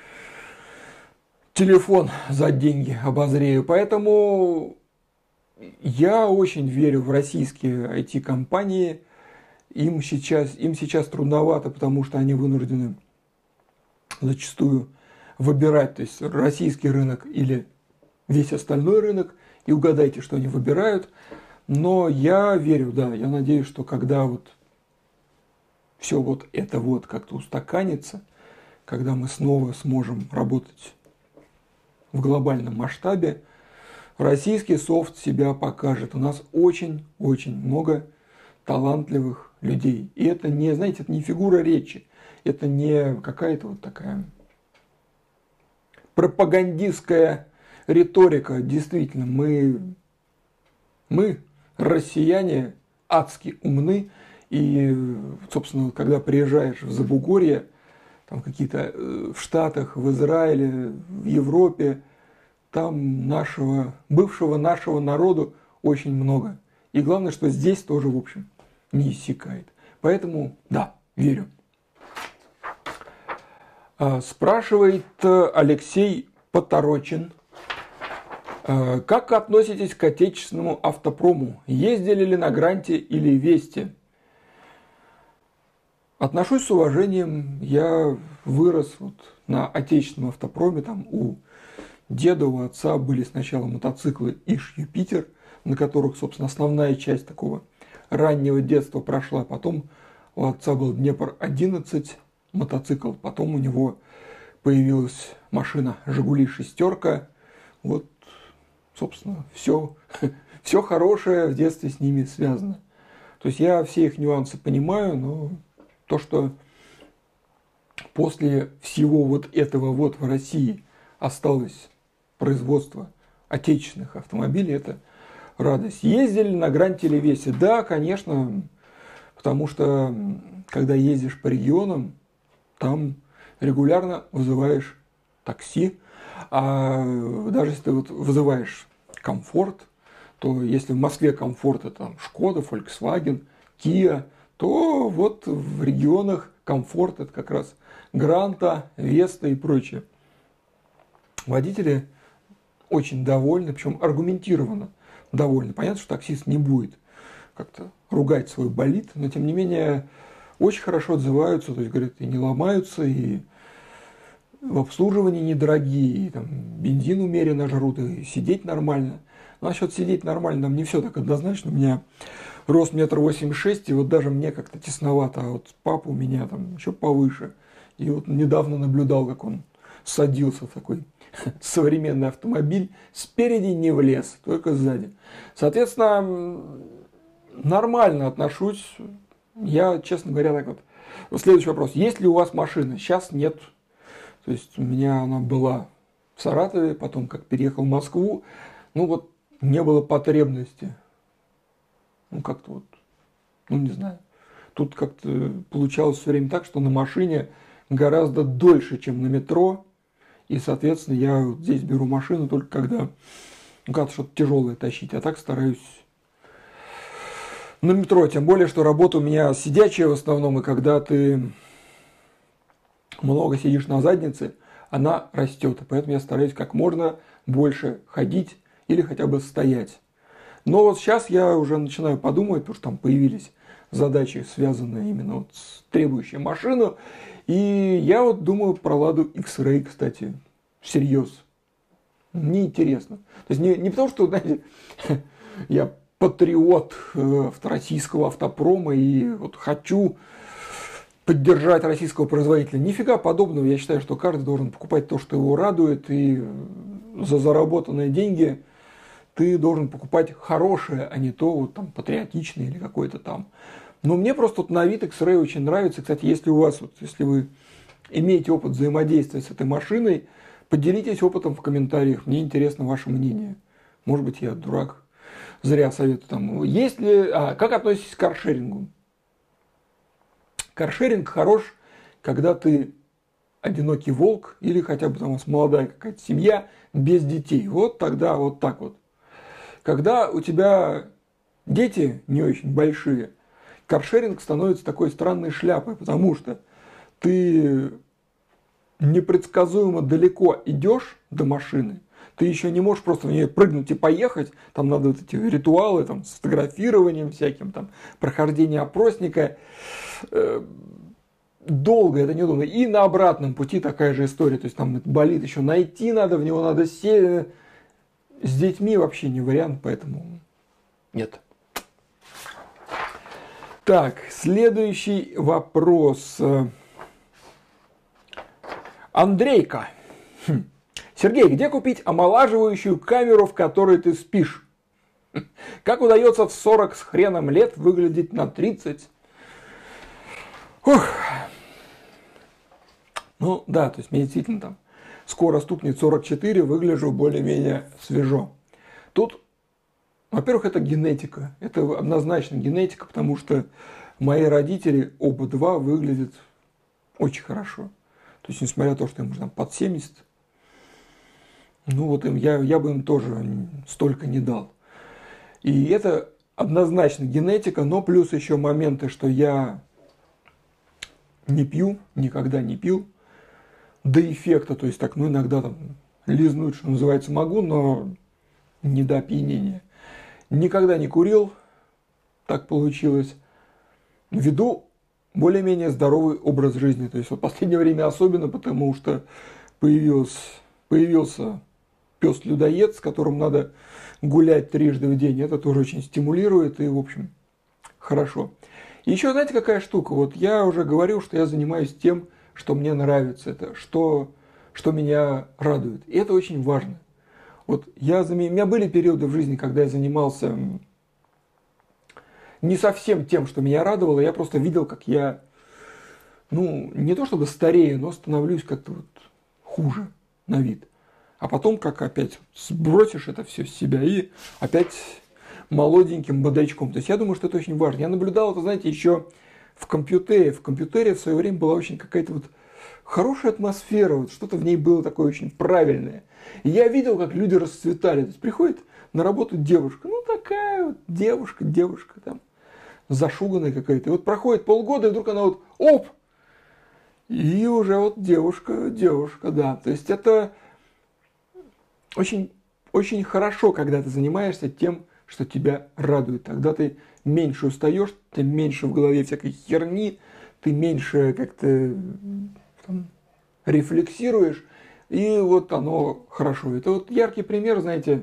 телефон за деньги обозрею. Поэтому я очень верю в российские IT-компании. Им сейчас трудновато, потому что они вынуждены зачастую выбирать, то есть российский рынок или весь остальной рынок, и угадайте, что они выбирают. Но я верю, да, я надеюсь, что когда вот все вот это вот как-то устаканится, когда мы снова сможем работать в глобальном масштабе, российский софт себя покажет. У нас очень-очень много талантливых людей. И это не, знаете, это не фигура речи, это не какая-то вот такая пропагандистская риторика. Действительно, мы россияне, адски умны. И, собственно, когда приезжаешь в Забугорье, там какие-то в Штатах, в Израиле, в Европе, там бывшего нашего народу очень много. И главное, что здесь тоже, в общем, не иссякает. Поэтому, да, верю. Спрашивает Алексей Поторочин. Как относитесь к отечественному автопрому? Ездили ли на Гранте или Весте? Отношусь с уважением. Я вырос вот на отечественном автопроме, там у деда, у отца были сначала мотоциклы Иж-Юпитер, на которых, собственно, основная часть такого раннего детства прошла. Потом у отца был Днепр-11 мотоцикл, потом у него появилась машина «Жигули шестерка». Вот, собственно, все хорошее в детстве с ними связано. То есть я все их нюансы понимаю, но то, что после всего вот этого вот в России осталось производство отечественных автомобилей, это радость. Ездили на Гранд-Телевесе? Да, конечно, потому что когда ездишь по регионам, там регулярно вызываешь такси, а даже если ты вот вызываешь комфорт, то если в Москве комфорт это там Шкода, Volkswagen, Kia, то вот в регионах комфорт это как раз Гранта, Веста и прочее. Водители очень довольны, причем аргументированно довольны. Понятно, что таксист не будет как-то ругать свой болид, но тем не менее очень хорошо отзываются, то есть говорят, и не ломаются, и в обслуживании недорогие, и там бензин умеренно жрут, и сидеть нормально. Но насчет сидеть нормально там не все так однозначно. У меня рост 1,86 м, и вот даже мне как-то тесновато, а вот папа у меня там еще повыше. И вот недавно наблюдал, как он садился в такой современный автомобиль, спереди не влез, только сзади. Соответственно, нормально отношусь. Я, честно говоря, так вот. Следующий вопрос. Есть ли у вас машина? Сейчас нет. То есть у меня она была в Саратове, потом как переехал в Москву. Ну вот не было потребности. Ну как-то вот, ну не знаю. Тут как-то получалось все время так, что на машине гораздо дольше, чем на метро. И, соответственно, я вот здесь беру машину только когда как-то что-то тяжелое тащить. А так стараюсь на метро. Тем более, что работа у меня сидячая в основном. И когда ты много сидишь на заднице, она растет. И поэтому я стараюсь как можно больше ходить или хотя бы стоять. Но вот сейчас я уже начинаю подумать, потому что там появились задачи, связанные именно вот с требующей машину. И я вот думаю про Ладу X-Ray, кстати, всерьез. Мне интересно. То есть не потому, что, знаете, я патриот российского автопрома и вот хочу поддержать российского производителя. Нифига подобного. Я считаю, что каждый должен покупать то, что его радует, и за заработанные деньги ты должен покупать хорошее, а не то вот там патриотичное или какое-то там. Но мне просто вот на вид X-Ray очень нравится. Кстати, если у вас, вот, если вы имеете опыт взаимодействия с этой машиной, поделитесь опытом в комментариях. Мне интересно ваше мнение. Может быть, я дурак, зря советую. Там, есть ли, как относитесь к каршерингу? Каршеринг хорош, когда ты одинокий волк или хотя бы там у вас молодая какая-то семья без детей. Вот тогда вот так вот. Когда у тебя дети не очень большие, каршеринг становится такой странной шляпой, потому что ты непредсказуемо далеко идешь до машины, ты еще не можешь просто в нее прыгнуть и поехать, там надо вот эти ритуалы там, с фотографированием всяким, там, прохождение опросника, долго, это неудобно. И на обратном пути такая же история, то есть там болит еще найти надо, в него надо сесть, с детьми вообще не вариант, поэтому нет. Так, следующий вопрос. Андрейка. Сергей, где купить омолаживающую камеру, в которой ты спишь? Как удается в 40 с хреном лет выглядеть на 30? Ух. Ну да, то есть мне действительно там скоро стукнет 44, выгляжу более-менее свежо. Тут, во-первых, это генетика. Это однозначно генетика, потому что мои родители, оба два, выглядят очень хорошо. То есть, несмотря на то, что им уже там под 70, ну вот им, я бы им тоже столько не дал. И это однозначно генетика, но плюс еще моменты, что я не пью, никогда не пил до эффекта, то есть так, ну иногда там лизнуть, что называется, могу, но не до опьянения. Никогда не курил, так получилось. Веду более-менее здоровый образ жизни, то есть в последнее время особенно, потому что появился пес-людоед, с которым надо гулять трижды в день. Это тоже очень стимулирует и, в общем, хорошо. И еще, знаете, какая штука? Вот я уже говорил, что я занимаюсь тем, что мне нравится, это что меня радует. И это очень важно. Вот у меня были периоды в жизни, когда я занимался не совсем тем, что меня радовало, я просто видел, как я, не то чтобы старею, но становлюсь как-то вот хуже на вид. А потом, как опять сбросишь это все с себя и опять молоденьким бодачком. То есть я думаю, что это очень важно. Я наблюдал это, знаете, еще в компьютере. В компьютере в свое время была очень какая-то вот хорошая атмосфера, вот что-то в ней было такое очень правильное. И я видел, как люди расцветали. То есть приходит на работу девушка, такая вот девушка там, зашуганная какая-то. И вот проходит полгода, и вдруг она вот, оп! И уже вот девушка, да. То есть это очень, очень хорошо, когда ты занимаешься тем, что тебя радует. Тогда ты меньше устаешь, ты меньше в голове всякой херни, ты меньше как-то рефлексируешь, и вот оно хорошо. Это вот яркий пример, знаете,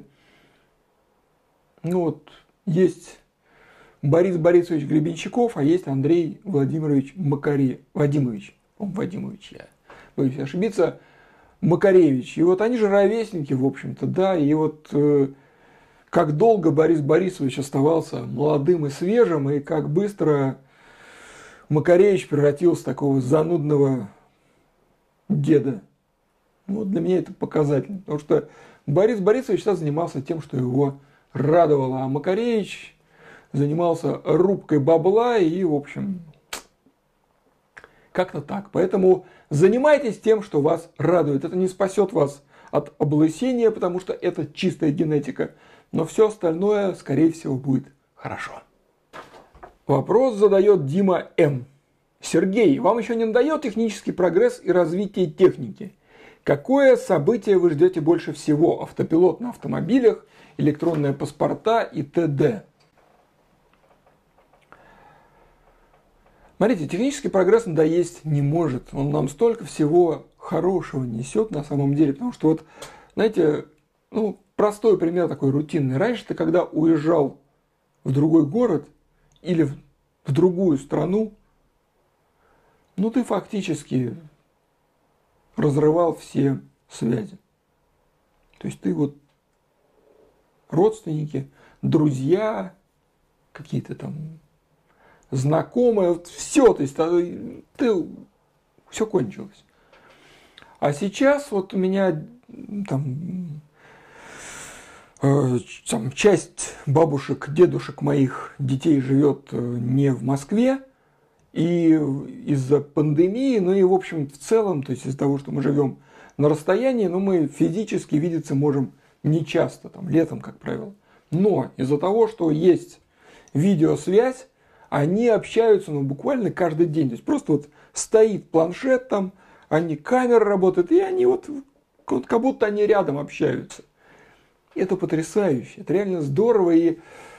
есть Борис Борисович Гребенщиков, а есть Андрей Владимирович Вадимович, я боюсь ошибиться, Макаревич. И вот они же ровесники, в общем-то, да, и вот как долго Борис Борисович оставался молодым и свежим, и как быстро Макаревич превратился в такого занудного деда. Вот для меня это показательно, потому что Борис Борисович всегда занимался тем, что его радовало, а Макаревич занимался рубкой бабла и, в общем, как-то так. Поэтому занимайтесь тем, что вас радует. Это не спасет вас от облысения, потому что это чистая генетика. Но все остальное, скорее всего, будет хорошо. Вопрос задает Дима М. Сергей, вам еще не надоел технический прогресс и развитие техники? Какое событие вы ждете больше всего? Автопилот на автомобилях, электронные паспорта и т.д. Смотрите, технический прогресс надоесть не может. Он нам столько всего хорошего несет на самом деле. Потому что вот, знаете, простой пример такой рутинный. Раньше ты, когда уезжал в другой город или в другую страну, ты фактически разрывал все связи. То есть ты вот родственники, друзья, какие-то там знакомые, все, то есть все кончилось. А сейчас вот у меня там часть бабушек, дедушек моих детей живет не в Москве, и из-за пандемии, и в общем в целом, то есть из-за того, что мы живем на расстоянии, мы физически видеться можем не часто, летом, как правило. Но из-за того, что есть видеосвязь, они общаются буквально каждый день. То есть просто вот стоит планшет там, камера работает, и они вот как будто они рядом общаются. Это потрясающе, это реально здорово, и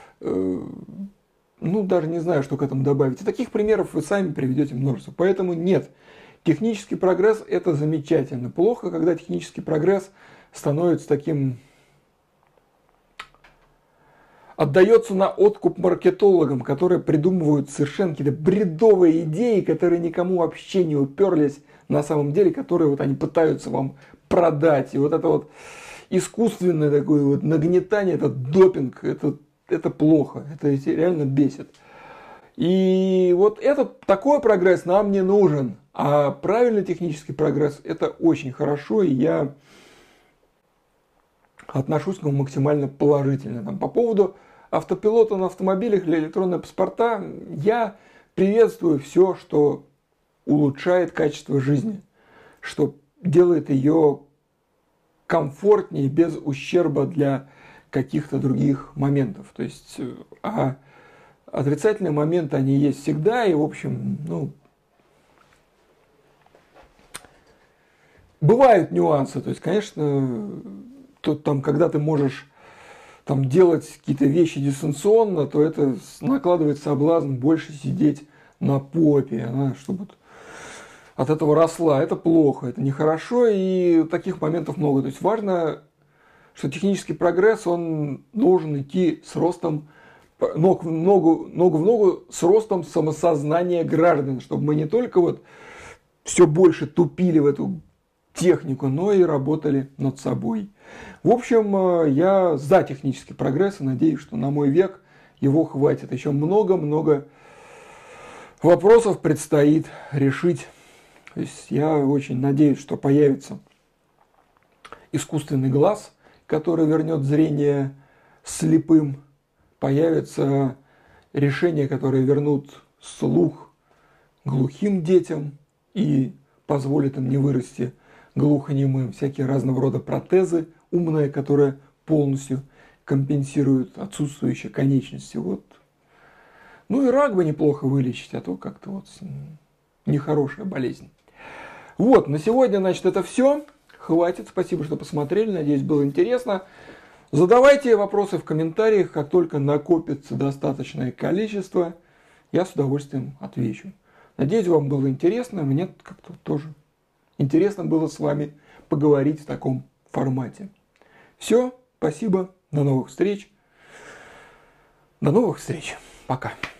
даже не знаю, что к этому добавить. И таких примеров вы сами приведете множество. Поэтому нет, технический прогресс – это замечательно. Плохо, когда технический прогресс становится таким, отдается на откуп маркетологам, которые придумывают совершенно какие-то бредовые идеи, которые никому вообще не уперлись на самом деле, которые вот они пытаются вам продать. И вот это вот искусственное такое вот нагнетание, это допинг, это плохо, это реально бесит. И вот такой прогресс нам не нужен. А правильный технический прогресс – это очень хорошо, и я отношусь к нему максимально положительно. По поводу автопилота на автомобилях или электронные паспорта, я приветствую все, что улучшает качество жизни, что делает ее комфортнее, без ущерба для каких-то других моментов. То есть, отрицательные моменты, они есть всегда, и, в общем, бывают нюансы. То есть, конечно, когда ты можешь делать какие-то вещи дистанционно, то это накладывает соблазн больше сидеть на попе, чтобы от этого росла. Это плохо, это нехорошо, и таких моментов много. То есть важно что технический прогресс, он должен идти с ростом, ногу в ногу с ростом самосознания граждан, чтобы мы не только вот все больше тупили в эту технику, но и работали над собой. В общем, я за технический прогресс и надеюсь, что на мой век его хватит. Еще много-много вопросов предстоит решить. То есть я очень надеюсь, что появится искусственный глаз, который вернет зрение слепым. Появятся решения, которые вернут слух глухим детям и позволят им не вырасти глухонемым. Всякие разного рода протезы умные, которые полностью компенсируют отсутствующие конечности. Вот. Ну и рак бы неплохо вылечить, а то как-то вот нехорошая болезнь. Вот, на сегодня, значит, это все. Хватит. Спасибо, что посмотрели. Надеюсь, было интересно. Задавайте вопросы в комментариях. Как только накопится достаточное количество, я с удовольствием отвечу. Надеюсь, вам было интересно. Мне как-то тоже интересно было с вами поговорить в таком формате. Все. Спасибо. До новых встреч. До новых встреч. Пока.